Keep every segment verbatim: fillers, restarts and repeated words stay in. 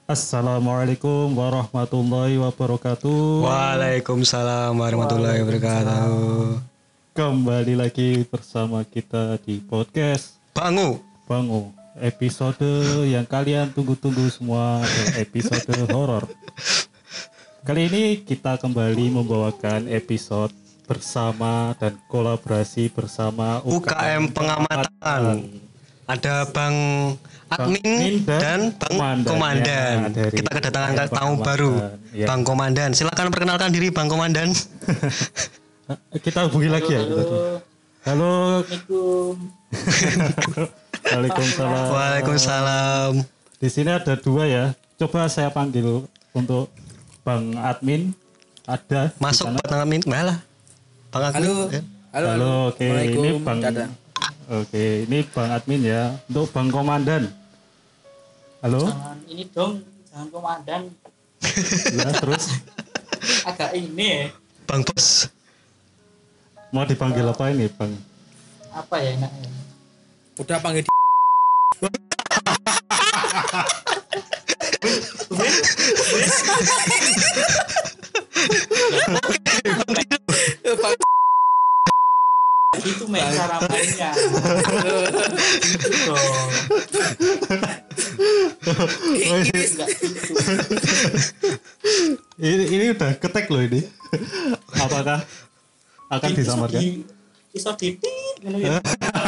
Assalamualaikum warahmatullahi wabarakatuh. Waalaikumsalam warahmatullahi wabarakatuh. Kembali lagi bersama kita di podcast Bangu. Bangu. Episode yang kalian tunggu-tunggu semua, episode horor. Kali ini kita kembali membawakan episode bersama dan kolaborasi bersama U K M Pengamatan. Ada Bang Admin dan Bang Komandan. Ya, Kita kedatangan Bang tamu Komandan. baru, Ya. Bang Komandan. Silakan perkenalkan diri, Bang Komandan. Kita hubungi lagi ya. Halo. Halo. Assalamualaikum. Waalaikumsalam. Waalaikumsalam. Di sini ada dua ya. Coba saya panggil untuk Bang Admin. Ada. di Masuk sana. Bang Admin. Malah. Bang Admin. Halo. Ya. Halo. Halo, oke. Assalamualaikum. Ini Bang. Dadah. Oke, ini Bang Admin ya. Untuk Bang Komandan. Halo. Jangan ini dong, jangan komandan. Ya, terus Agak ini Bang Bos. mau dipanggil apa ini, Bang? apa ya enaknya? Udah panggil di Itu main cara mainnya. Itu dong. Oh, ini, Enggak gitu. ini, ini udah ketek loh ini. Apakah akan disamarkan? Bisa titit ngono ya.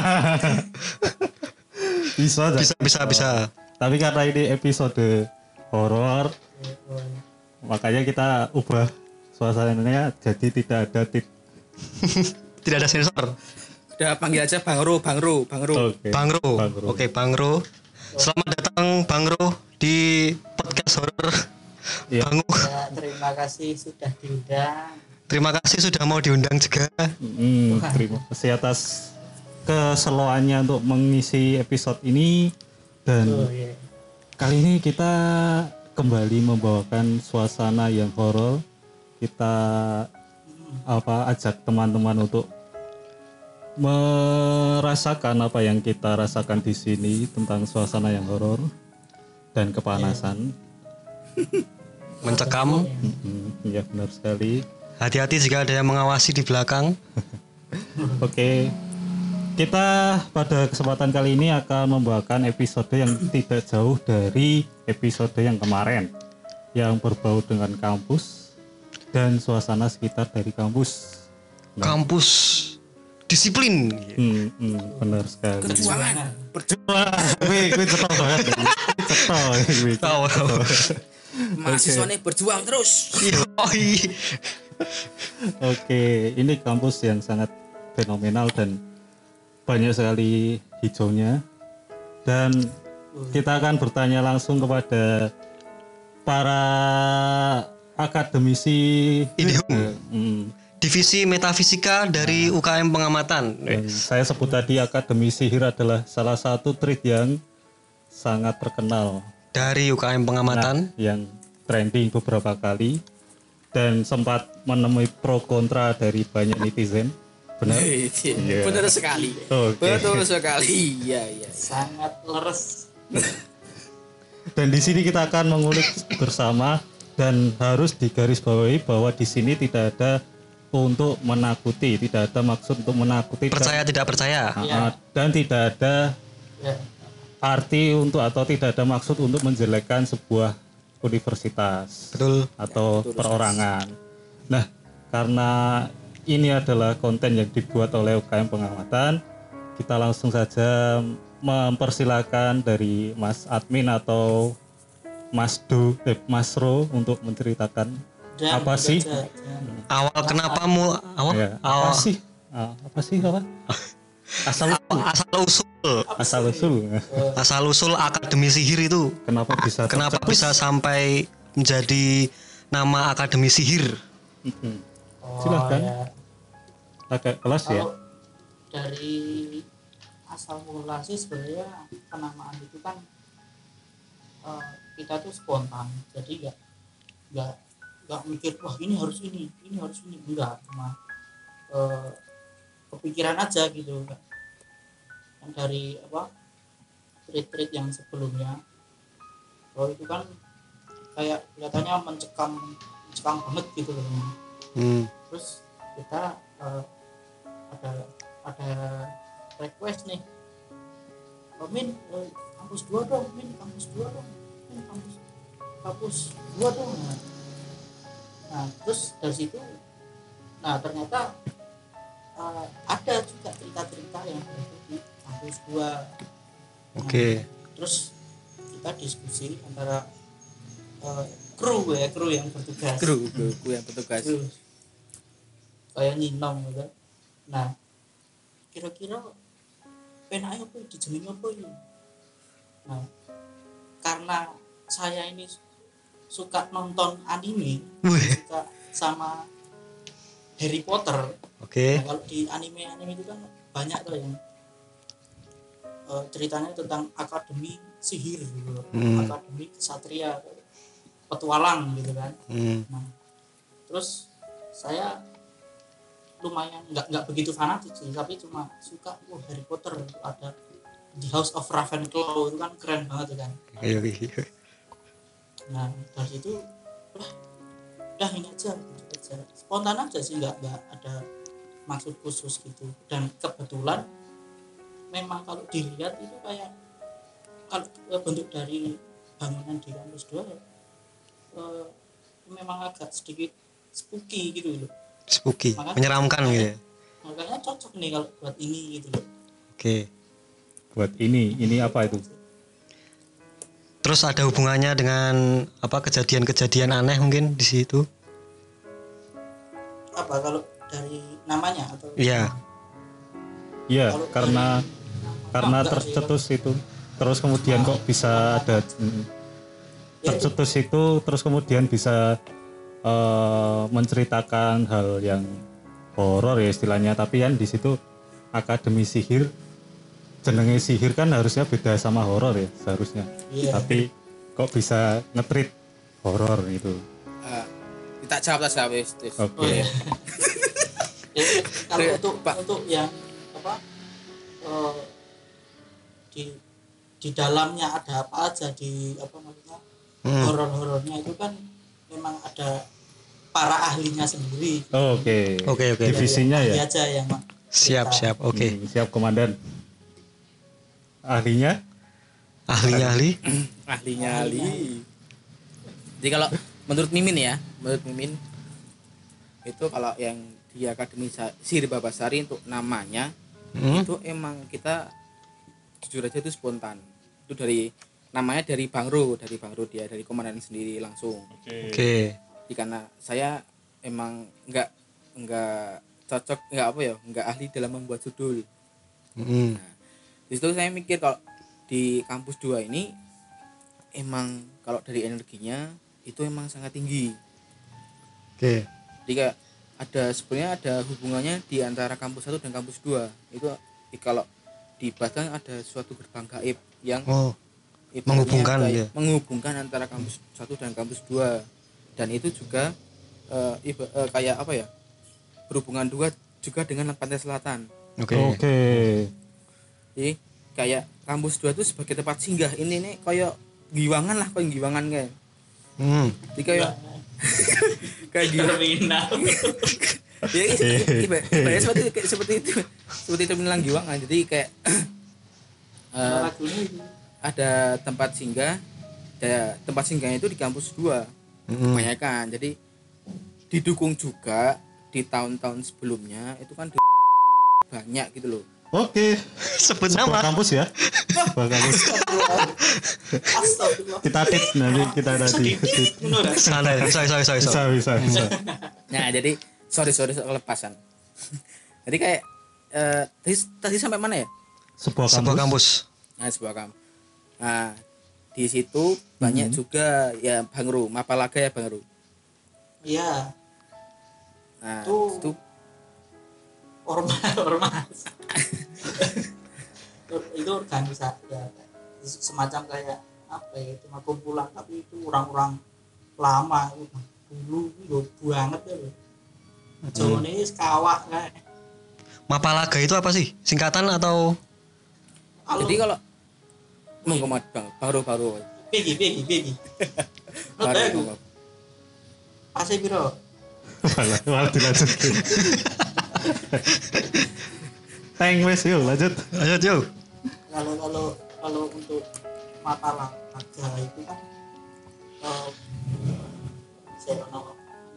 Bisa, Bisa bisa bisa. Tapi karena ini episode horor, makanya kita ubah suasananya jadi tidak ada tit. Tidak ada sensor. udah panggil aja Bang Ro, Bang Ro, Bang Ro. Oke. Bang Ro. Bang Ro. Oke, Bang Ro. Selamat datang Bang Ro di podcast horor. Iya. Bangu. Ya, terima kasih sudah diundang. Terima kasih sudah mau diundang juga. Hmm, terima kasih atas keseloannya untuk mengisi episode ini dan Oh iya. kali ini kita kembali membawakan suasana yang horor. Kita apa ajak teman-teman untuk merasakan apa yang kita rasakan di sini tentang suasana yang horor dan kepanasan. Mencekam. Hmm, ya benar sekali. Hati-hati jika ada yang mengawasi di belakang. Oke, kita pada kesempatan kali ini akan membawakan episode yang tidak jauh dari episode yang kemarin, yang berbau dengan kampus dan suasana sekitar dari kampus. Kampus disiplin. Hmm, hmm, benar sekali. Perjuangan. Wah, wih, wih, cetok banget. Cetok, wih, Tahu. Mahasiswa nih berjuang terus. Yoi. Oke, ini kampus yang sangat fenomenal dan banyak sekali hijaunya. Dan kita akan bertanya langsung kepada para akademisi Idihum. Hmm, Divisi Metafisika dari U K M Pengamatan. dan saya sebut tadi akademi sihir adalah salah satu trade yang sangat terkenal. Dari U K M Pengamatan. Nah, yang trending beberapa kali dan sempat menemui pro kontra dari banyak netizen. Benar? Iya. Benar sekali. Oke. Betul sekali. Iya, iya. Sangat leres. Dan di sini kita akan mengulik bersama dan harus digarisbawahi bahwa di sini tidak ada untuk menakuti, tidak ada maksud untuk menakuti Percaya tidak percaya. dan, Iya. dan tidak ada Ya. arti untuk atau tidak ada maksud untuk menjelekkan sebuah universitas Betul. atau perorangan. Nah, karena ini adalah konten yang dibuat oleh U K M Pengamatan, kita langsung saja mempersilakan dari Mas Admin atau Mas Do, eh, Mas Ro untuk menceritakan Dan apa sih? juga jangan- Awal kenapa mu awal Ya, apa awal sih? Ah, apa sih apa? Asal asal usul asal usul. asal usul akademi sihir itu Kenapa bisa kenapa tercetus? bisa sampai menjadi nama akademi sihir? Mm-mm. Oh, Silakan. ya. Agak kelas ya. Kalau dari asal mula sih sebenarnya penamaan itu kan eh, kita tuh spontan, jadi nggak nggak nggak mikir wah ini harus ini ini harus ini enggak, cuma eh, kepikiran aja gitu. Kan dari apa treat-treat yang sebelumnya, kalau itu kan kayak kelihatannya mencekam mencekam banget gitu loh. Hmm. Terus kita uh, ada ada request nih, oh, Min uh, kampus dua dong, Min kampus dua dong, Min kampus kampus dua dong. Nah, nah terus dari situ, nah ternyata uh, ada juga cerita-cerita yang di kampus dua. Oke. Okay. Nah, terus kita diskusi antara uh, kru ya kru yang bertugas. Kru kru, kru yang bertugas. Kru. Kayak nyinom gitu. Nah, kira-kira penake apa dijenengi apa ini? Nah, karena saya ini suka nonton anime, suka sama Harry Potter. Oke. Okay. Nah, kalau di anime-anime itu kan banyak tuh yang uh, ceritanya tentang akademi sihir gitu, hmm. akademi kesatria, petualang gitu kan. Hmm. Nah, terus saya lumayan nggak nggak begitu fanatik sih, tapi cuma suka oh Harry Potter itu ada The House of Ravenclaw itu kan keren banget kan. Iya iya. Nah dari situ udah udah ini aja, aja spontan aja sih, nggak nggak ada maksud khusus gitu. Dan kebetulan memang kalau dilihat itu kayak kalau bentuk dari bangunan di kampus dua ya, eh, memang agak sedikit spooky gitu loh. Spooky, makanya, menyeramkan makanya, gitu ya. Makanya cocok nih kalau buat ini gitu loh. Oke. Okay. Buat ini, ini apa itu? Terus ada hubungannya dengan apa kejadian-kejadian aneh mungkin di situ? Apa kalau dari namanya atau? Iya. Iya, karena dari, karena tercetus itu, terus kemudian nah, kok bisa ada tercetus ya, itu, terus kemudian bisa Uh, menceritakan hal yang horor ya istilahnya, tapi kan di situ akademi sihir, jenenge sihir kan harusnya beda sama horor ya seharusnya, yeah. Tapi kok bisa nge-treat horor gitu? Uh, kita jawab lah jawab wis. Oke. Kalau untuk Pak. untuk yang apa uh, di di dalamnya ada apa aja di apa maksudnya hmm. horor-horornya itu kan memang ada para ahlinya sendiri. Oh, oke. Oke, oke. Divisinya ya. Aja yang siap, siap. Oke. Okay. Hmm, siap komandan. Ahlinya? Ahlinya ahli. Ahlinya ahli. Jadi kalau menurut Mimin ya, menurut Mimin itu kalau yang di Akademi Sihir Babasari untuk namanya hmm? itu emang kita jujur aja itu spontan. Itu dari namanya dari Bang Ro, dari Bang Ro dia dari komandan sendiri langsung. Oke. Okay. Okay. Jadi karena saya emang enggak enggak cocok enggak apa ya, enggak ahli dalam membuat judul. Mm. Nah, di situ saya mikir kalau di kampus dua ini emang kalau dari energinya itu emang sangat tinggi. Oke. Okay. Jadi kayak ada sebenarnya ada hubungannya di antara kampus satu dan kampus dua. Itu kalau dibahas ada suatu gerbang gaib yang oh. menghubungkan ya. menghubungkan antara kampus satu dan kampus dua, dan itu juga uh, iba, uh, kayak apa ya, berhubungan dua juga dengan pantai selatan. Oke. Okay. Oke. Okay. Jadi kayak kampus dua itu sebagai tempat singgah ini nih kayak giwangan lah, kayak giwangan kayak. Hmm. Jadi kayak kayak giwangan. Ya iba, iba, seperti seperti itu seperti terminal giwangan. Jadi kayak uh, ada tempat singgah, ada tempat singgahnya itu di kampus dua mm-hmm. kebanyakan. Jadi didukung juga di tahun-tahun sebelumnya itu kan banyak gitu loh. Oke, sebut nama kampus ya. Kampus. Kita tit nanti kita nanti. Santai, sorry sorry sorry. Bisa bisa. Nah jadi sorry sorry kelepasan. Jadi kayak uh, tadi tadi sampai mana ya? Sebuah kampus. Sebuah kampus. Nah sebuah kampus. Nah di situ banyak hmm. juga ya Bang Ru, Mapalaga ya Bang Ru. Iya. Nah tuh. itu ormas ormas. Itu organisasi ya, semacam kayak apa ya, cuma kumpulan tapi itu orang-orang lama dulu itu banget ya. Jawa ini sekawak kayak. Mapalaga itu apa sih? Singkatan atau? Halo. Jadi kalau monggo Bang, baru-baru. Begi, begi, begi. Oke, aku. Pasai biro. Malah, malah dilanjutin. Teng wes yuk lanjut. Lanjut yuk. Kalau kalau kalau untuk mata laga itu kan uh, saya kenal.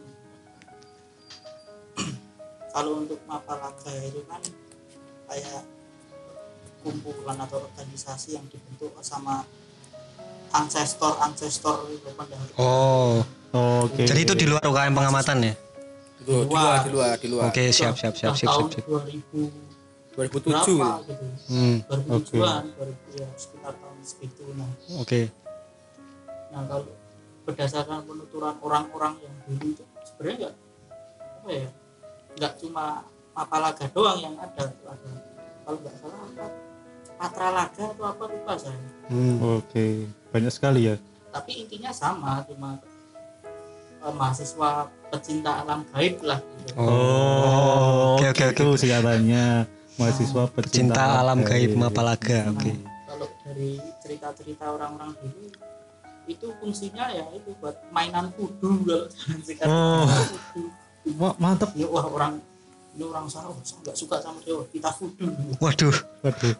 Kalau untuk mata laga itu kan kayak kumpulan atau organisasi yang dibentuk sama ancestor ancestor pendahulu. Oh, Oke. jadi itu di luar U K M pengamatan ya? Di luar, di luar, di luar. Oke, siap, siap, siap, siap, tahun siap. dua ribu dua ribu tujuh. berapa gitu. Hmm, dua ribu tujuh-an, dua ribu ya sekitar tahun segitu. Nah, oke. nah kalau berdasarkan penuturan orang-orang yang dulu itu sebenarnya enggak apa ya? Enggak cuma Mapalaga doang yang ada, ada kalau nggak salah apa Patralaga atau apa lupa saya. Hmm. Oke, banyak sekali ya. Tapi intinya sama, cuma eh, mahasiswa pecinta alam gaib lah gitu. Oh, oke, oke, itu singkatannya mahasiswa pecinta Cinta alam gaib Mapalaga. Nah, Oke. kalau dari cerita-cerita orang-orang dulu itu fungsinya ya itu buat mainan kudu kalau jangan singkat Oh. kudu. Wah, mantep. Ya, wah orang ini orang Sarawak nggak suka sama dia, kita kudu. Waduh. Waduh.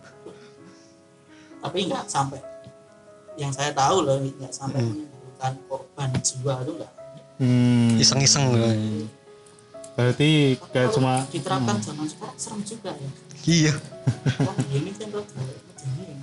Tapi nggak sampai, yang saya tahu loh nggak sampai Hmm. menimbulkan korban jiwa itu nggak. Hmm. Iseng-iseng. Berarti kayak Kalau cuma diterapkan zaman sekarang serem juga ya. Iya. Wah ini kan rada ngejengin.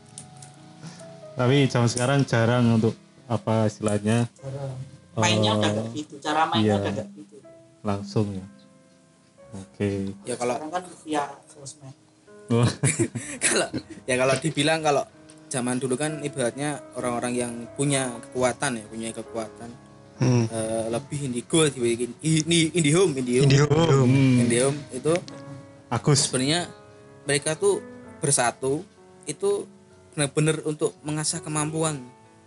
tapi zaman sekarang jarang untuk apa istilahnya Cara mainnya Oh, udah nggak gitu, cara mainnya iya. udah nggak gitu. langsung ya. Oke. Ya kalau Sekarang kan via sosmed. Wah, kalau ya kalau dibilang kalau zaman dulu kan ibaratnya orang-orang yang punya kekuatan ya, punya kekuatan Hmm. eh, lebih indigo dibikin ini IndiHome, IndiHome. IndiHome. Hmm. IndiHome itu Agus. sebenarnya mereka tuh bersatu itu benar-benar untuk mengasah kemampuan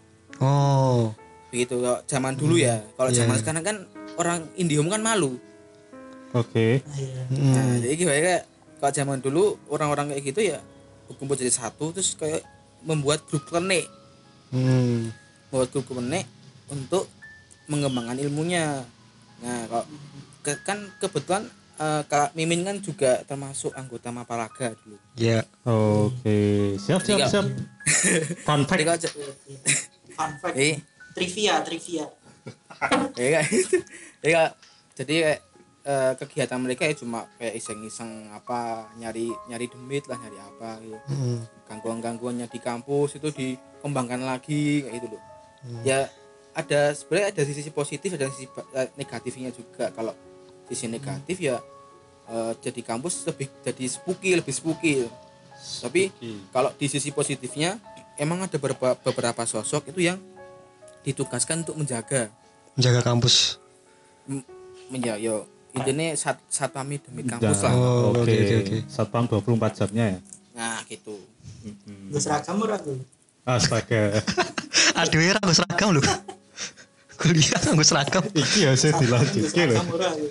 Oh. begitu kalau zaman dulu ya. Kalau Iya. zaman sekarang kan orang IndiHome kan malu. Oke. Nah, iya. Nah, Hmm. jadi gimana kayak kalau zaman dulu orang-orang kayak gitu ya berkumpul jadi satu terus kayak membuat grup klenik, Hmm. membuat grup klenik untuk mengembangkan ilmunya. Nah, kalau ke- kan kebetulan eh, Kak Mimin kan juga termasuk anggota Mapalaga dulu. Ya. Oke. Siap siap Jadi siap. Fun Jadi fact. kalau j- Fun fact. eh, Trivia, trivia. ya kayak gitu. Jadi kayak- jadi kayak eh, kegiatan mereka ya cuma kayak iseng-iseng apa nyari nyari demit lah, nyari apa gitu. Hmm. Gangguan-gangguannya di kampus itu dikembangkan lagi kayak gitu loh. Ya ada sebenarnya ada sisi positif, ada sisi eh, negatifnya juga. Kalau sisi negatif ya eh, jadi kampus lebih jadi spooky, lebih spooky. Tapi kalau di sisi positifnya emang ada beberapa beberapa sosok itu yang ditugaskan untuk menjaga Menjaga kampus. menjaga yo intinya sat satpami demi kampus lah. Oh, Oke. oke, oke, oke. Satpam dua puluh empat jamnya ya. Nah gitu. Gue seragam ora gue. Astaga. Aduh ya aku seragam lu. Kuliah aku seragam. Iki ya saya Gue dilanjutke lho. seragam ora gue.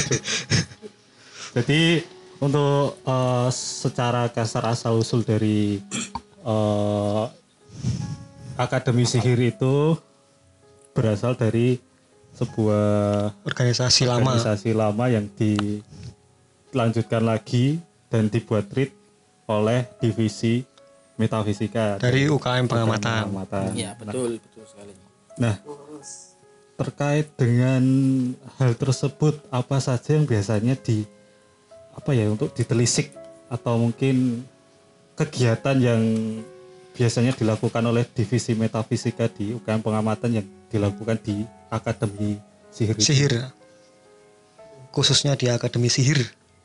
Jadi untuk eh, secara kasar asal usul dari eh, Akademi Sihir itu berasal dari sebuah Organisasi lama. organisasi lama yang dilanjutkan lagi dan dibuat treat oleh divisi metafisika Dari U K M pengamatan. Iya betul betul sekali. Nah, Terus terkait dengan hal tersebut apa saja yang biasanya di apa ya untuk ditelisik atau mungkin kegiatan yang biasanya dilakukan oleh divisi metafisika di U K M pengamatan yang dilakukan di Akademi Sihir itu? Sihir. Khususnya di Akademi Sihir.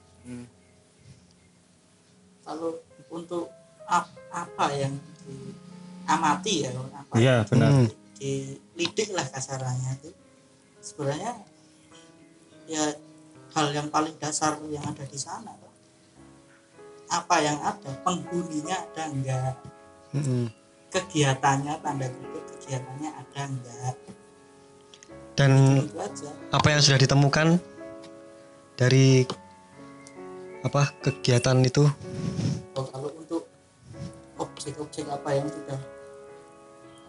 kalau untuk ap- apa yang diamati ya, apa Iya benar. Hmm. dilidik lah kasarannya itu sebenarnya ya hal yang paling dasar yang ada di sana Pak. Apa yang ada, penghuninya ada enggak, Hmm. kegiatannya tanda kutip kegiatannya ada enggak, Dan itu aja. apa yang sudah ditemukan dari apa kegiatan itu? Oh, kalau untuk objek-objek apa yang sudah apa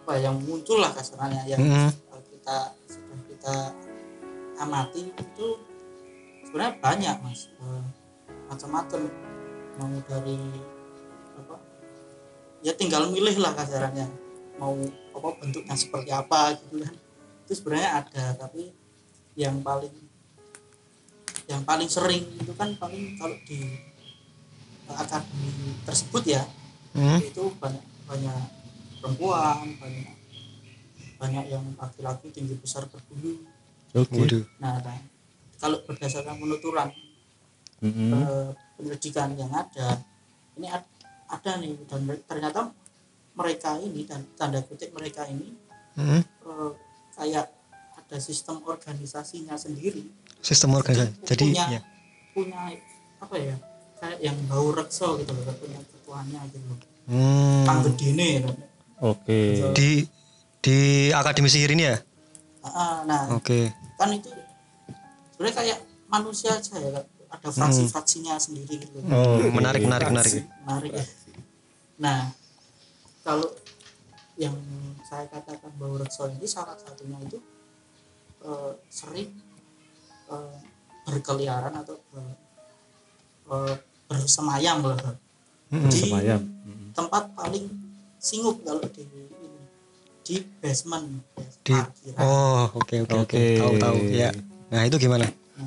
apa yang muncul lah kasarnya yang Hmm. kita sudah kita amati itu sebenarnya banyak mas, eh, macam-macam, mau dari apa ya tinggal milih lah kasarannya mau apa bentuknya seperti apa gitu kan, itu sebenarnya ada, tapi yang paling yang paling sering itu kan paling kalau di akademi tersebut ya Hmm. itu banyak banyak perempuan, banyak banyak yang laki-laki tinggi besar berbulu. Oke. Waduh. Nah, nah kalau berdasarkan penuturan Mm-mm. eh, penyelidikan yang ada ini ad- ada nih, dan ternyata mereka ini dan tanda kutip mereka ini Hmm. eh, kayak ada sistem organisasinya sendiri. Sistem organisasi. Jadi punya ya. punya apa ya kayak yang bau rekso gitu loh, punya ketuanya gitu loh, Hmm. panggedene loh. Oke. Di di akademi sihir ini ya. Ah, nah Oke. kan itu sebenarnya kayak manusia aja ya, ada fraksi-fraksinya sendiri gitu. Oh, Hmm, menarik, menarik, menarik. Menarik ya. Nah, kalau yang saya katakan bahwa rekso ini salah satunya itu eh, sering eh, berkeliaran atau ber, eh, bersemayam lah Hmm. di Semayam. tempat paling singgup kalau di ini, di basement Di parkiran. Oh, oke oke oke. Oke. Tahu tahu ya. Nah, itu gimana?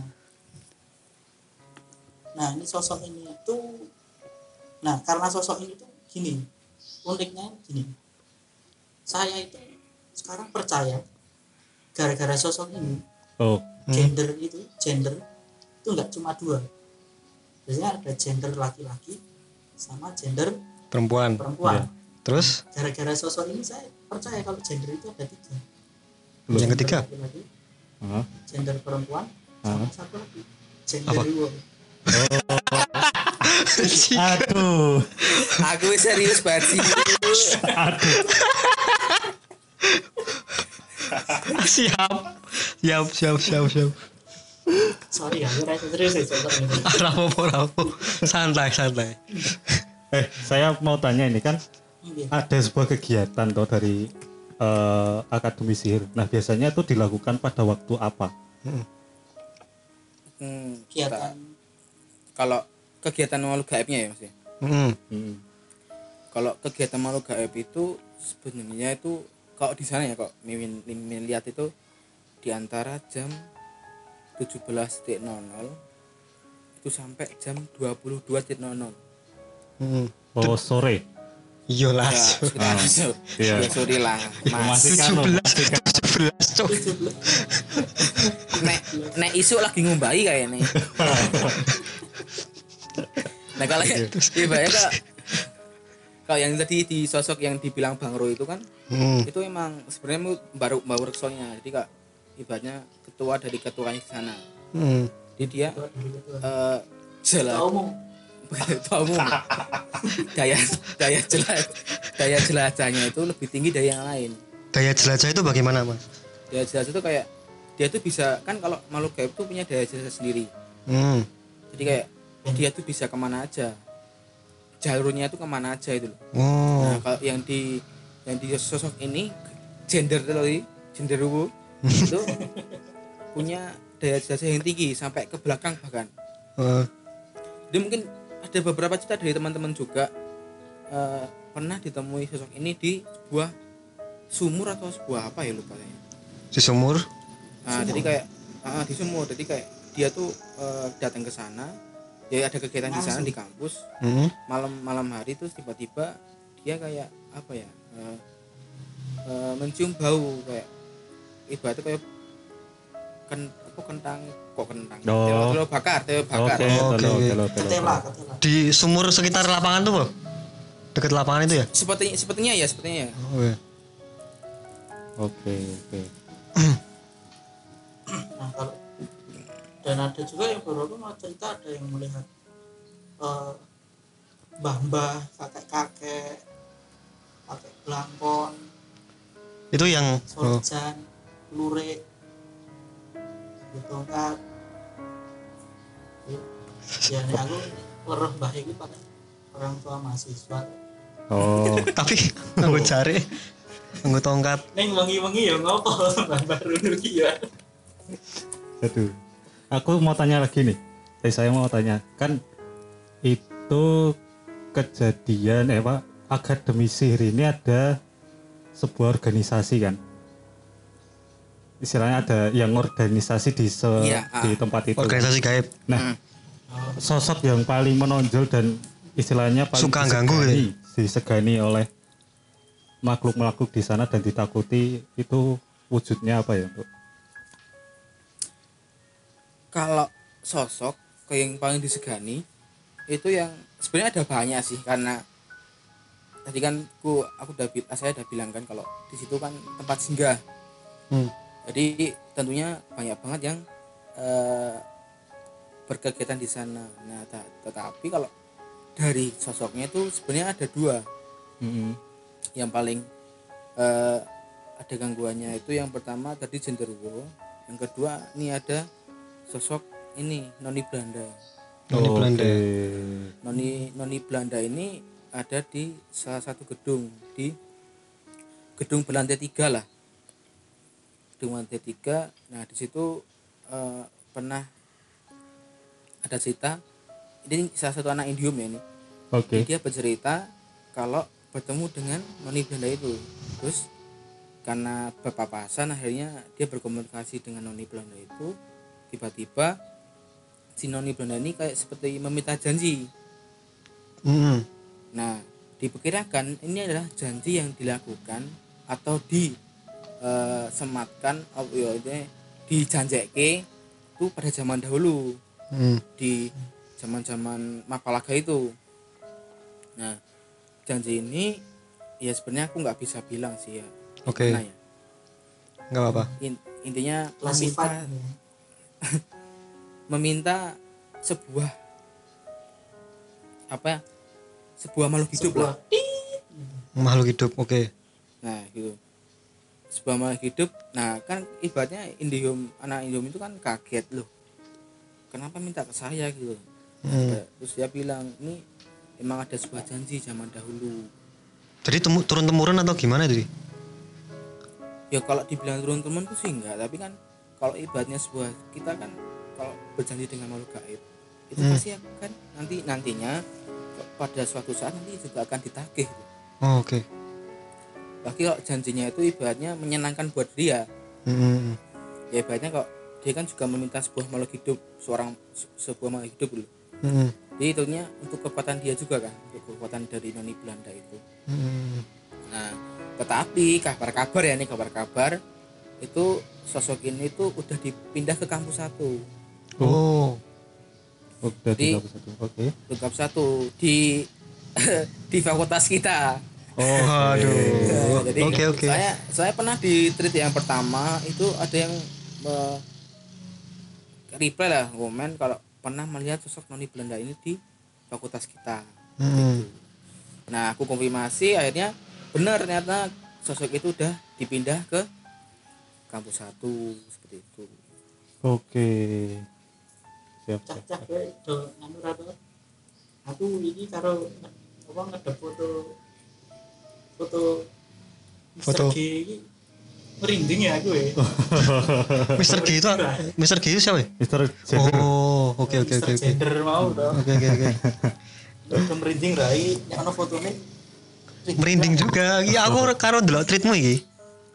Nah ini sosok ini itu, nah karena sosok ini tuh gini, uniknya gini, saya itu sekarang percaya gara-gara sosok ini Oh. Hmm. gender itu gender itu nggak cuma dua, biasanya ada gender laki-laki sama gender Perempuan. perempuan. Iya. Terus Gara-gara sosok ini saya percaya kalau gender itu ada tiga. yang Gender ketiga? laki-laki, Hah? gender perempuan, sama Hah? satu lagi gender Apa? luar. Aduh. Aku wis serius banget sih. Aduh. siap. Siap, siap, siap, siap. Sorry ya, aku rasa serius ya sosok ini. Rapo rapo. Santai, santai. Eh, saya mau tanya ini kan Iya. ada sebuah kegiatan toh dari eh, Akademi Sihir. Nah, biasanya itu dilakukan pada waktu apa? Hmm, Kegiatan kalau kegiatan makhluk gaibnya ya Mas ya. Hmm. Hmm. Kalau kegiatan makhluk gaib itu sebenarnya itu kalau di sana ya kok mimin, mimin lihat itu di antara jam tujuh belas nol nol itu sampai jam dua puluh dua nol nol. Hmm. Oh, sore. Iya lah. Ya, sekitar itu. Iya. Ya sorry lah, Mas. Masih kan, tujuh belas, masih kan. tujuh belas, Cok. Nek nek isu lagi ngumbai kayaknya. Nah kalau ibaratnya kak, kalau yang tadi di sosok yang dibilang Bang Ro itu kan, Hmm. itu emang sebenarnya baru baru reksonya. Jadi kak ibaratnya ketua dari ketuanya di sana. Hmm. Jadi dia eh jelas ketua umum. ketua umum. daya daya jelas daya jelajahnya itu lebih tinggi dari yang lain. Daya jelajah itu bagaimana, Mas? Daya jelajah itu kayak dia tuh bisa kan kalau makhluk gaib tuh punya daya jelajah sendiri. Hmm. Jadi kayak dia tuh bisa kemana aja, jalurnya tuh kemana aja itu loh. Oh. Nah kalau yang di yang di sosok ini gender tadi gender wo itu punya daya jelajah yang tinggi sampai ke belakang bahkan. Eh, Jadi mungkin ada beberapa cerita dari teman-teman juga eh, pernah ditemui sosok ini di sebuah sumur atau sebuah apa ya lupa saya. di sumur. Nah, jadi kayak ah, di sumur, jadi kayak dia tuh eh, datang ke sana, ya ada kegiatan di sana di kampus, Hmm. malam malam hari terus tiba-tiba dia kayak apa ya eh, eh, mencium bau kayak ibaratnya kayak kan apa kentang kok kentang Oh. telur telur bakar telur bakar. Oke, Oke. telo, telo, telo. Ketela, ketela. Di sumur sekitar lapangan tuh, Bang? Dekat lapangan itu ya? Sepertinya sepertinya ya sepertinya ya. Oh, iya. Oke, oke. Nah kalau dan ada juga yang beberapa mau cerita ada yang melihat eh, mbah-mbah, kakek-kakek, pakai belangkon, Itu yang oh. sorjan, lurik, tongkat. Ya nih aku leruh mbah ini pakai orang tua mahasiswa. Oh, Tapi nganggo jari. nggo tongkat. Neng wengi-wengi ya ngopo baru nuki ya. Aduh. Aku mau tanya lagi nih. Eh, saya mau tanya, kan itu kejadian eh Pak, Akademi Sihir ini ada sebuah organisasi kan? Istilahnya ada yang organisasi di se, Iya, ah. di tempat itu. Organisasi gaib. Nah, sosok yang paling menonjol dan istilahnya paling Suka ganggu disegani, disegani oleh makhluk-makhluk di sana dan ditakuti itu wujudnya apa ya, Bu? Kalau sosok kayak yang paling disegani itu yang sebenarnya ada banyak sih, karena tadi kan aku aku udah bi- saya udah bilang kan kalau di situ kan tempat singgah. Hmm. Jadi tentunya banyak banget yang eh, berkegiatan di sana. Nah, ta- tetapi kalau dari sosoknya itu sebenarnya ada dua. Mm-hmm. Yang paling eh, ada gangguannya itu yang pertama tadi genderuwo, yang kedua ini ada sosok ini noni Belanda. Noni Oh, Belanda. oke. Noni noni Belanda ini ada di salah satu gedung, di gedung berlantai tiga lah, gedung lantai tiga. Nah di situ eh, pernah ada cerita, ini salah satu anak Indium ya ini. Oke. Jadi dia bercerita kalau bertemu dengan noni Belanda itu, terus karena berpapasan akhirnya dia berkomunikasi dengan noni Belanda itu. Tiba-tiba si noni Belanda ini kayak seperti meminta janji. Hmm. Nah, diperkirakan ini adalah janji yang dilakukan atau disematkan, oh ya ini dijanjeke itu pada zaman dahulu, Hmm. di zaman-zaman Mapalaga itu. Nah, janji ini ya sebenarnya aku nggak bisa bilang sih ya. Oke. Gimana ya? Nggak apa-apa. In- intinya meminta Classified. meminta sebuah apa ya? Sebuah makhluk hidup lah. Makhluk hidup. Oke. Nah, gitu. Sebuah makhluk hidup. Nah, kan ibaratnya Indium, anak Indium itu kan kaget loh. Kenapa minta ke saya gitu. Hmm. Terus dia bilang, "Ini emang ada sebuah janji zaman dahulu." Jadi temu, turun temurun atau gimana jadi? Ya kalau dibilang turun-temurun itu sih enggak, tapi kan kalau ibaratnya sebuah kita kan kalau berjanji dengan makhluk gaib itu Hmm. pasti akan nanti nantinya pada suatu saat nanti juga akan ditagih gitu. Oh, oke. Tapi kalau janjinya itu ibaratnya menyenangkan buat dia, Hmm. ya ibaratnya kok dia kan juga meminta sebuah makhluk hidup, seorang se- sebuah makhluk hidup dulu. Hmm. Jadi itunya untuk kekuatan dia juga kan, untuk kekuatan dari noni Belanda itu. Hmm. Nah, tetapi kabar-kabar ya nih kabar-kabar itu sosok ini tuh udah dipindah ke kampus satu. Oh. Oh, udah Jadi- tiga puluh satu. Oke. Ke kampus satu di di fakultas kita. Oh, Waduh. Nah, jadi Oke, oke. saya saya pernah di treat yang pertama itu ada yang me- reply lah komen kalau pernah melihat sosok noni Belanda ini di fakultas kita. Hmm. Nah, aku konfirmasi akhirnya benar ternyata sosok itu udah dipindah ke kampus satu seperti itu. Oke. Siap, siap. Cak-cak gue do anu ra to. Aku ini karo apa ngedep foto foto Foto. Mister G iki merinding ya aku ya. Mister G itu Mister G itu siapa ya? Mister Gender. Oh, oke oke oke Mister oke. Gender mau to. Oke oke oke. Udah merinding rai nek ana fotone. Merinding juga. Iya, aku karo ndelok tweetmu iki.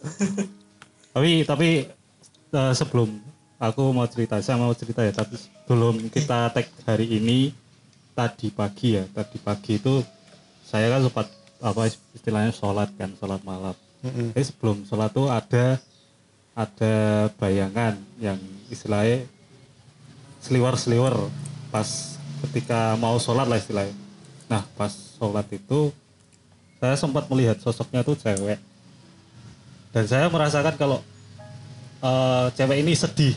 Tapi tapi eh, sebelum aku mau cerita, saya mau cerita ya. Tapi sebelum kita tag hari ini, tadi pagi ya, tadi pagi itu saya kan sempat apa istilahnya sholat kan, sholat malam. Heeh. Jadi sebelum sholat tuh ada ada bayangan yang istilahnya seliwer-seliwer pas ketika mau sholat lah istilahnya. Nah pas sholat itu saya sempat melihat sosoknya tuh cewek dan saya merasakan kalau eh, cewek ini sedih,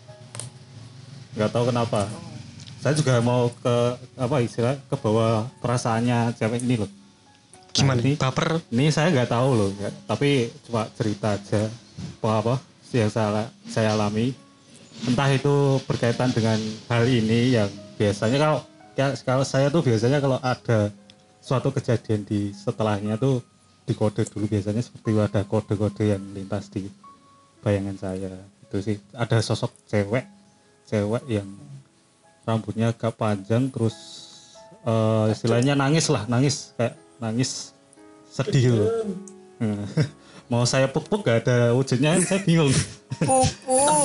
nggak tahu kenapa. Saya juga mau ke apa istilah ke bawah perasaannya cewek ini loh. Gimana? Nah, ini- Baper. Ini saya nggak tahu loh, ya. Tapi cuma cerita aja apa apa yang saya saya alami. Entah itu berkaitan dengan hal ini yang biasanya kalau ya, kalau saya tuh biasanya kalau ada suatu kejadian di setelahnya tuh dikode dulu, biasanya seperti ada kode-kode yang lintas di bayangan saya. Itu sih ada sosok cewek cewek yang rambutnya agak panjang, terus uh, istilahnya nangis lah, nangis kayak nangis sedih loh. Mau saya pupuk gak ada wujudnya, saya bingung. Pupuk.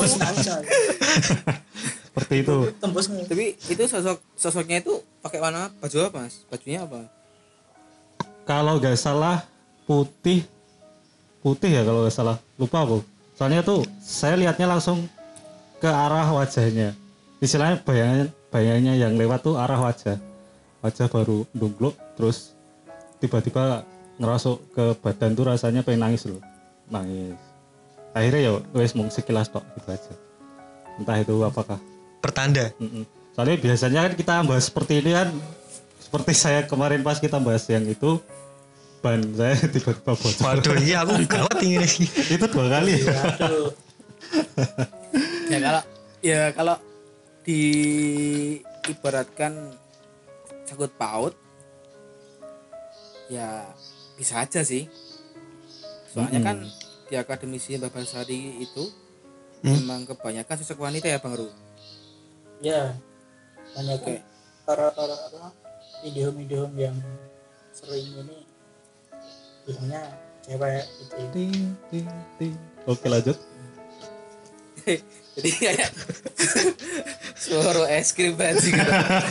Seperti itu. Tembus. Tapi itu sosok sosoknya itu pakai warna baju apa, Mas? Bajunya apa? Kalau nggak salah putih, putih ya kalau nggak salah, lupa aku. Soalnya tuh saya lihatnya langsung ke arah wajahnya. Istilahnya bayangan bayangannya yang lewat tuh arah wajah, wajah baru dungluk, terus tiba-tiba ngerasuk ke badan tuh rasanya pengen nangis loh, nangis. Akhirnya ya wes mung sekilas tok gitu aja. Entah itu apakah pertanda. Mm-mm. Soalnya biasanya kan kita bahas seperti ini kan, seperti saya kemarin pas kita bahas yang itu, ban saya tiba-tiba bocor. Waduh, iya aku gawat ini. Itu dua kali. Aduh. Ya kalau ya kalau diibaratkan sangkut paut ya bisa aja sih. Soalnya Mm-mm. kan di akademisi Mbak Basari itu Hmm? memang kebanyakan sosok wanita ya Bang Ru. Ya, banyak Oke. para para apa video-video yang sering ini biasanya cewek gitu. Ting, ting, ting. Oke lanjut. Jadi kayak suara es krim banget gitu.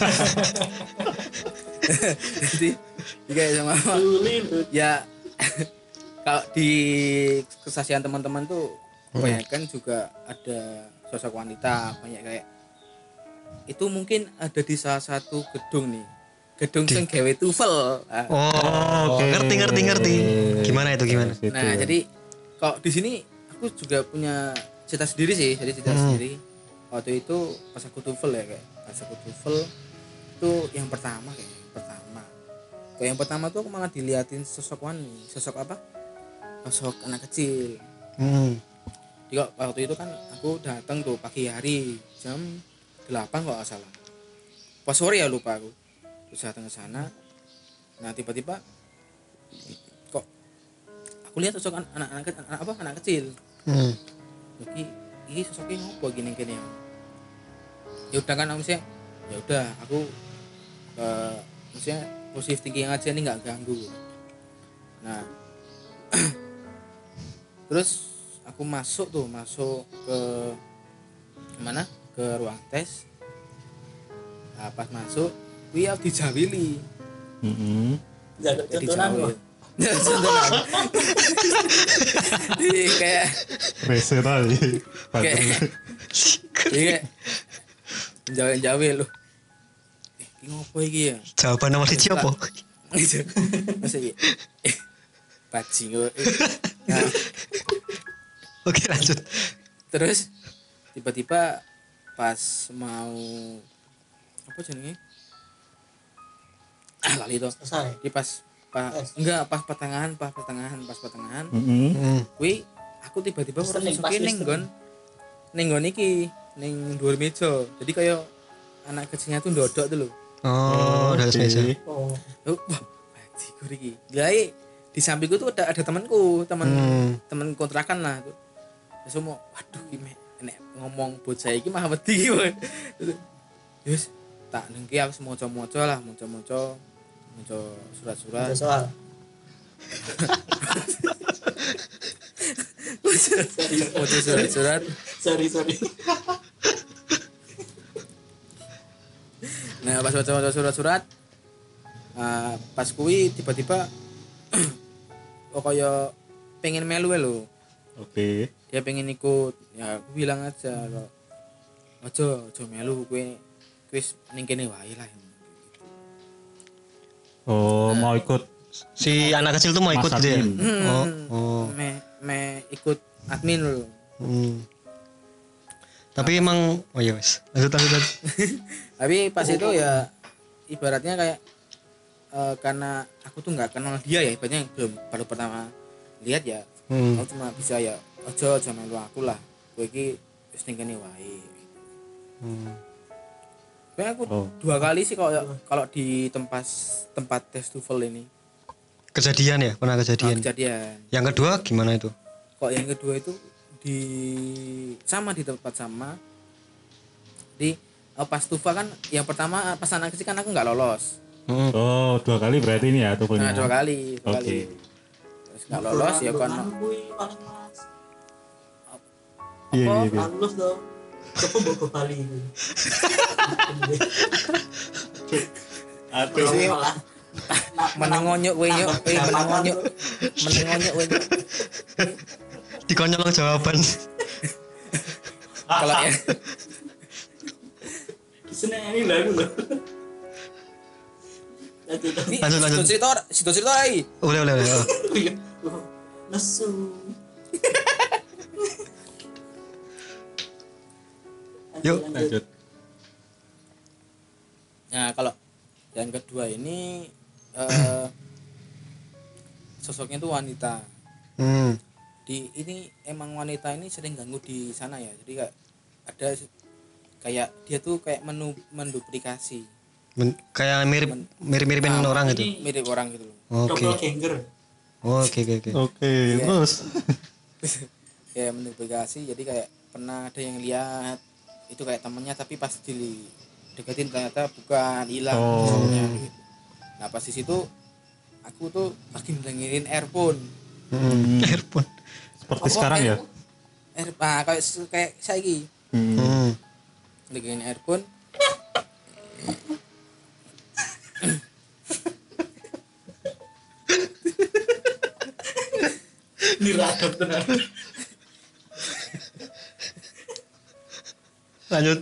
Jadi kayak sama ya kalau di kesaksian teman-teman tuh kebanyakan juga ada sosok wanita, banyak kayak itu mungkin ada di salah satu gedung nih, gedung sing gawe tufel. Nah, Oh, Oke. ngerti ngerti ngerti. Gimana itu gimana? Situ nah ya. jadi kalau di sini aku juga punya cerita sendiri sih, jadi cerita Hmm. sendiri. Waktu itu pas aku tufel ya kayak pas aku tufel itu yang pertama kayak yang pertama. Kayak yang pertama tuh aku malah diliatin sosok wanita, sosok apa? Sosok anak kecil. Hmm. Jadi kok waktu itu kan aku datang tuh pagi hari jam delapan kok nggak salah. Pas sore ya lupa aku. Terus datang ke sana. Nah tiba-tiba kok aku lihat sosok an- anak anak anak apa anak kecil. Hmm. Jadi ini sosoknya ngopo gini gini. Ya udah kan maksudnya ya udah aku eh maksudnya positif thinking aja nih nggak ganggu. Nah terus aku masuk tuh masuk ke mana ke ruang tes. Nah, pas masuk gue ya dijawili Mm-mm. Jadi jadi contohan jawil. loh. Contohan. Jadi kayak Rese tadi. kayak jadi kayak jawil jawil loh. Eh, ini ngopo iki ya? Jawaban nomor siji apa? Masa iki? Eh, bajingan. Nah, Oke, lanjut. terus tiba-tiba pas mau apa jenenge? Ah, lali to. Selesai. Di pas pas Yes. enggak pas pertengahan, pas pertengahan, pas pertengahan. Mm-mm. Hmm. Kuwi aku tiba-tiba ora Listening, sosok pas ning listening. nggon ning nggon iki, ning dhuwur meja. Jadi kayak anak kecilnya tuh ndodok tuh lho. Oh, udah Oke. selesai. Oh, Oh, wah, bajigur iki. Lah di sampingku tuh ada ada temanku, teman Hmm. teman kontrakan lah tuh. Terus mau, waduh iki nek ngomong bocah iki mah wedi iki. Terus tak nengki aku moco-moco lah, moco-moco moco surat-surat. ada soal. Moco surat-surat. Sorry, sorry. Nah, pas baca-baca surat-surat uh, pas kuwi tiba-tiba oh kaya pengen melu ya lho. Oke. Dia pengen ikut. Ya aku bilang aja kok aja aja melu kowe wis ning kene wae lah. Oh, mau ikut Si anak kecil tuh mau ikut Mas gitu ya? admin. Oh, oh. Me me ikut admin lho. Hmm. Tapi emang oh ya wes. Lanjut lanjut. lanjut. Tapi pas itu ya ibaratnya kayak eh, karena aku tuh nggak kenal dia ya, ibaratnya belum baru pertama lihat ya. Hmm. Aku cuma bisa ya ojo aja melu aku lah. Kowe iki wis ning kene wae. Hmm. Kayak aku Oh. dua kali sih kalau kalau di tempat tempat tes TOEFL ini. Kejadian ya, pernah kejadian. Nah, kejadian. Yang kedua gimana itu? Kok yang kedua itu di sama di tempat sama. Di uh, pas tufa kan yang pertama pas anak kecil kan aku nggak lolos. Hmm. Oh, dua kali berarti ini ya tubuhnya. Nah, dua kali, dua Oke. kali. Terus nggak lolos ya kan. Kuwi paling mas. Iya, iya, iya. Kan lulus dong. Coba bawa ke Bali itu. Aduh. Sih, menengonyok kowe nyok, eh menengonyok. Menengonyok kowe nyok. Dikonyol jawaban. Kalau ya Seneng ini lagu loh. Lanjut, lanjut. Situ cerita, situ cerita lagi. Boleh, boleh, boleh. Oh. Nesu. Yuk, Lanjut. Nah, kalau yang kedua ini eh, sosoknya itu wanita. Hmm. Di ini emang wanita ini sering ganggu di sana ya. Jadi kayak ada kayak dia tuh kayak menu menduplikasi. Men- kayak mirip Men- mirip-miripin Nah, orang ini- gitu. Mirip orang gitu loh. Oke. Doppelganger. Oke, oke, oke. Oke, terus. Kayak menduplikasi, jadi kayak pernah ada yang lihat itu kayak temennya tapi pas dideketin ternyata bukan, hilang Oh. sosoknya gitu. Nah pas di situ aku tuh lagi dengerin earphone. Hmm. Earphone. Seperti sekarang ya. Air, ah, kayak kayak saiki Hmm. Hmm. dengerin earphone. Ini ragam tenan. Lanjut.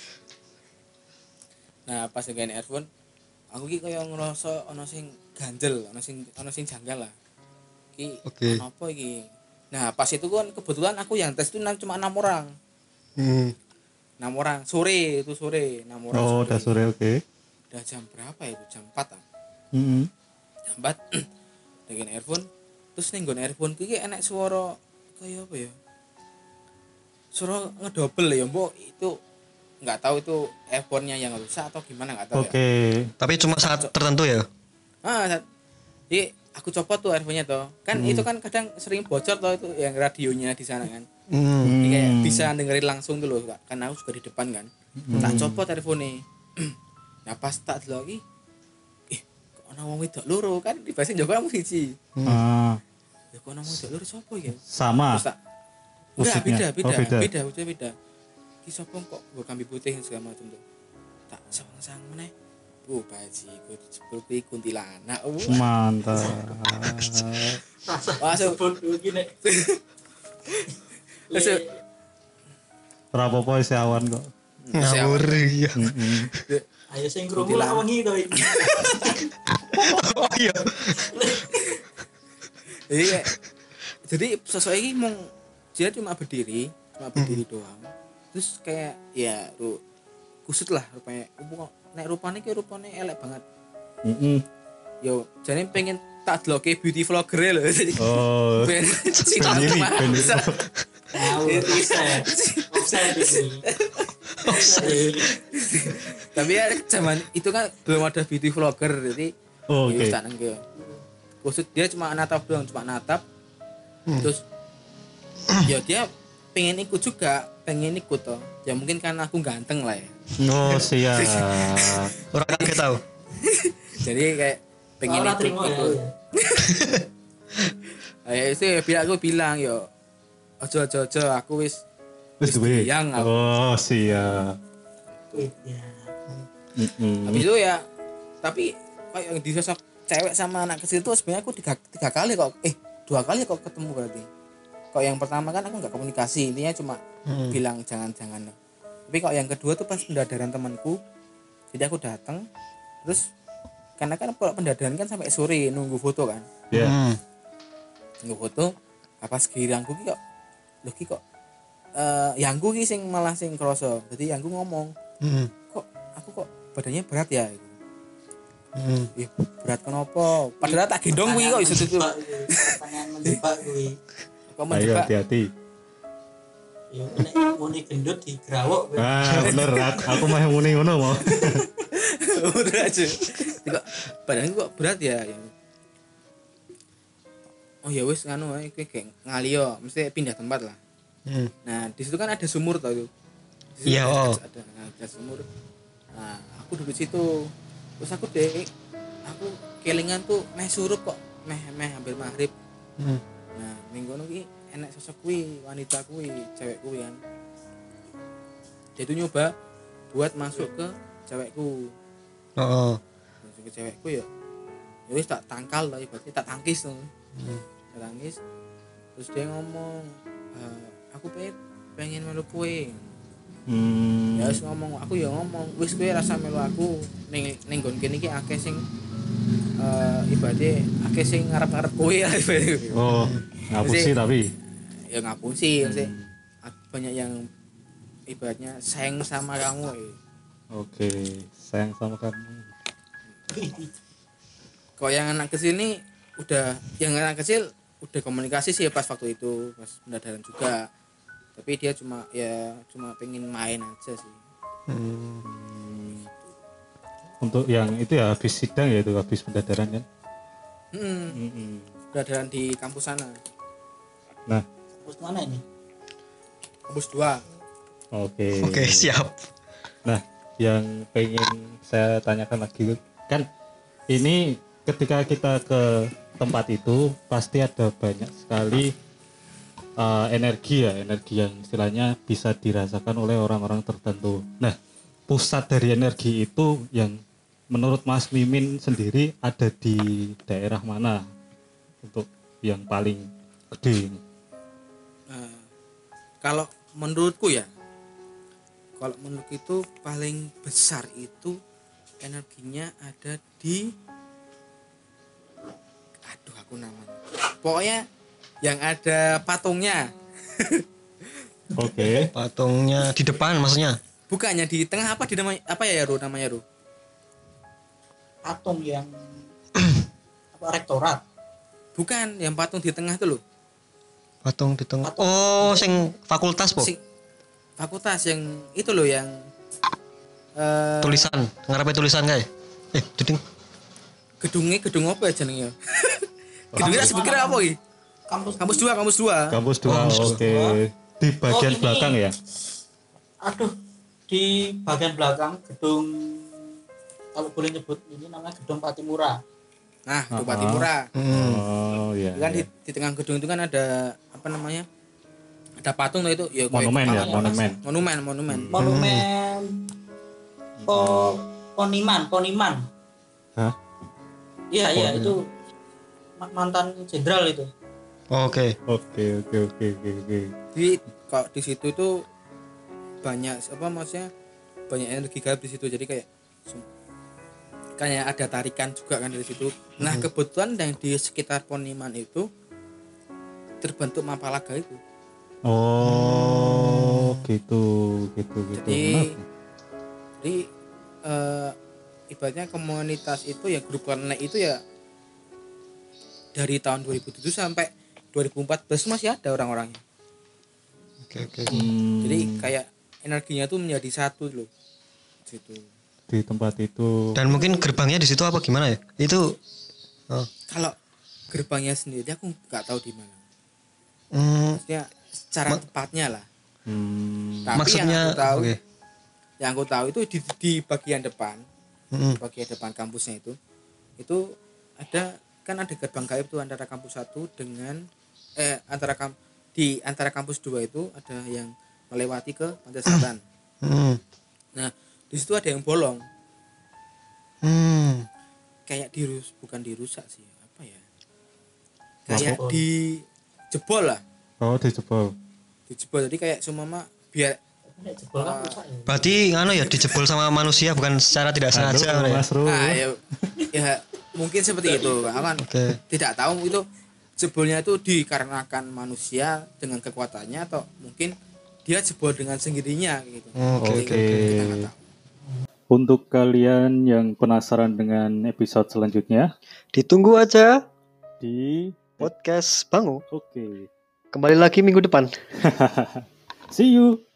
Nah pas dengerin earphone aku ki kayak ngerasa ono sing ganjel, ono sing ono sing janggal lah. Ki Oke. ono apa iki? Nah pas itu kan kebetulan aku yang tes itu enam- cuma enam orang. Hmm. enam orang sore, itu sore enam orang. Oh, udah sore, oke. Udah jam berapa ya itu? Jam empat ah. Hmm. Jam empat dengan earphone. Terus ning nggon earphone ki enek suara kayak apa ya? Suara ngedobel ya, Mbok. Itu nggak tahu itu earphone-nya yang rusak atau gimana, nggak tahu Oke. ya. Tapi cuma saat tertentu ya. Ah, saat, jadi aku copot tuh earphone-nya tuh. Kan Hmm. itu kan kadang sering bocor tuh itu yang radionya di sana kan. Hmm. Jadi kayak Hmm. bisa dengerin langsung tuh loh, Kak. Karena aku juga di depan kan. Tak copot earphone-nya. Nah pas tak lagi, ih kok ana wong wedok loro kan di bahasa Jawa kamu siji. Ah, Ya kok ana wong wedok loro sapa ya? sama. Terus tak enggak musiknya. beda beda Oh, beda. beda beda beda. Ki sapa kok gue kambi putih segala macam tuh. Tak sang-sang meneh. Oh baji gue disebut kuwi kuntilanak. Uh. Mantap. Rasa Masuk. sebut begini. Masuk. Rapopo isi awan kok. Ngawur ya. Mm-mm. Ayo sing krungu lak wengi to iki. Oh iya. Jadi kayak, jadi sosok ini mau dia cuma berdiri, cuma berdiri doang. Terus kayak ya tuh kusut lah rupanya. Kok nek rupane ki rupane elek banget. Mm-mm. Yo, jadi pengen tak deloke beauty vlogger lho. Jadi Oh, pengen cinta sendiri, sama- sendiri. bisa. Ngawur offset. Offset ini. Offset. Tapi ya zaman itu kan belum ada beauty vlogger, jadi Oh, ya oke. wis tak nengke. Kusut dia cuma natap doang, cuma natap. Terus ya dia pengen ikut juga, pengen ikut toh. Ya mungkin karena aku ganteng lah ya. Oh, siap. Orang kaget tahu. Jadi kayak pengen Ora ikut. terima ikut. ya. Ya itu ya bilang aku bilang yo. Ojo ojo ojo aku wis Wis duwe. yang aku. Oh, siap. Wih, ya. Mm-mm. Habis itu ya tapi kayak yang di sosok cewek sama anak kecil itu sebenarnya aku tiga, tiga kali kok eh dua kali kok ketemu berarti. Kok yang pertama kan aku nggak komunikasi, intinya cuma Hmm. bilang jangan-jangan. Tapi kok yang kedua tuh pas pendadaran temanku, jadi aku datang terus karena kan kalau pendadaran kan sampai sore nunggu foto kan, Ya. Hmm. nunggu foto apa sekirangku ki kok lho ki kok eh yangku ki sing malah sing kroso. Jadi yangku ngomong, Hmm. kok aku kok badannya berat ya gitu. Hmm. Ih, berat kenapa? Padahal tak gendong kuwi kok iso tutup. Pertanyaan menjebak kuwi. Kok Ayo menjebak. hati-hati. Ya nek muni gendut di grawok kuwi. Ah, bener. Aku, aku mah muni ngono mau. Udah aja. Kok badanku kok berat ya. Ya. oh ya wis nganu ae kowe kayak ngalio mesti pindah tempat lah. Hmm. Nah di situ kan ada sumur tau itu. Di situ Iya, ada, oh. ada, ada sumur. Nah aku duduk situ terus aku deh aku kelingan tuh meh surup kok meh meh hampir maghrib. Hmm. Nah minggu ki enek sosok kuwi wanita kuwi cewek kuwi kan dia tuh nyoba buat masuk ke cewekku Oh. masuk ke cewekku ya ya wis tak tangkal lah ibaratnya tak tangkis tuh Hmm. tak tangkis terus dia ngomong e, aku pengen pengen melu kowe Hmm. ya wis ngomong aku ya ngomong wis kowe rasa melu aku ning ning nggon kene iki akeh sing uh, ibaratnya akeh sing ngarep-ngarep kowe lah ibaratnya. Oh, ngapusi tapi. Ya ngapusi maksudnya banyak yang ibaratnya sayang sama kamu eh. Oke, sayang sama kamu. Kok yang anak kecil ini udah yang anak kecil udah komunikasi sih pas waktu itu pas pendadaran juga tapi dia cuma ya cuma pengen main aja sih. Hmm. Untuk yang itu ya habis sidang ya itu habis pendadaran kan. Hmm, Mm-mm. pendadaran di kampus sana Nah, Kampus mana ini? kampus dua. oke. Oke, siap. Nah, yang pengen saya tanyakan lagi kan ini ketika kita ke tempat itu pasti ada banyak sekali uh, energi ya, energi yang istilahnya bisa dirasakan oleh orang-orang tertentu. Nah, pusat dari energi itu yang menurut Mas Mimin sendiri ada di daerah mana untuk yang paling gede ini? Nah, kalau menurutku ya kalau menurut itu paling besar itu energinya ada di aduh aku namanya pokoknya yang ada patungnya. Oke. Patungnya di depan maksudnya. Bukannya di tengah apa di namanya apa ya Ru namanya Ru Patung yang apa rektorat. bukan yang patung di tengah tuh loh Patung di tengah. Oh, sing fakultas, Po. si fakultas yang itu loh yang eh, Tulisan, ngarepe tulisan kae. Eh, duding. gedungnya gedung apa ya jenengnya gedungnya Kampus sebut kira mana? apa iki Kampus kampus dua kampus dua Kampus dua, Oh, oke. Di bagian Oh, ini. belakang ya? Aduh, di bagian belakang gedung kalau boleh nyebut ini namanya gedung Patimura. nah gedung Ah, Patimura Hmm. Oh, iya. kan di, iya. di tengah gedung itu kan ada apa namanya ada patung tuh itu ya kayak Monumen ya, kepala- monumen. monumen monumen Monumen Po Poniman, Poniman. Hah? Iya, iya itu ma- mantan jenderal itu. Oke. Oke, oke, oke, oke, oke. Jadi kalau di situ itu banyak apa maksudnya banyak energi gaib di situ jadi kayak sem- kayak ada tarikan juga kan dari situ. Nah kebetulan yang di sekitar Poniman itu terbentuk Mapalaga itu. Oh, gitu, gitu, gitu. Jadi Menarik. jadi eh, ibaratnya komunitas itu ya grup Klenek itu ya dari tahun dua ribu tujuh sampai dua ribu empat belas masih ada orang-orangnya. Oke, oke. Hmm, Jadi kayak energinya tuh menjadi satu loh. Situ. di tempat itu. Dan mungkin gerbangnya di situ apa gimana ya? Itu oh. Kalau gerbangnya sendiri aku nggak tahu di mana. Hmm, Maksudnya secara tepatnya lah. Hmm, Tapi maksudnya yang aku tahu, oke. yang aku tahu itu di, di bagian depan, Hmm. bagian depan kampusnya itu, itu ada kan ada gerbang gaib tuh antara kampus satu dengan eh antara kamp di antara kampus dua itu ada yang melewati ke Pantai Selatan. Hmm. Nah di situ ada yang bolong, Hmm. kayak dirus bukan dirusak sih apa ya? Kayak Jebol. dijebol lah, oh, dijebol. dijebol. Jadi kayak sumama biar Nek jebol kan rusak ya. Berarti ngano ya dijebol sama manusia bukan secara tidak sengaja Halo, ngono ya. Mas Ru. ah ya, ya mungkin seperti itu. Aku kan Oke. tidak tahu itu jebolnya itu dikarenakan manusia dengan kekuatannya atau mungkin dia jebol dengan sendirinya gitu. Oke, Jadi oke, oke. kita nggak tahu. Untuk kalian yang penasaran dengan episode selanjutnya Ditunggu aja di podcast Bangu. Oke. Kembali lagi minggu depan. See you.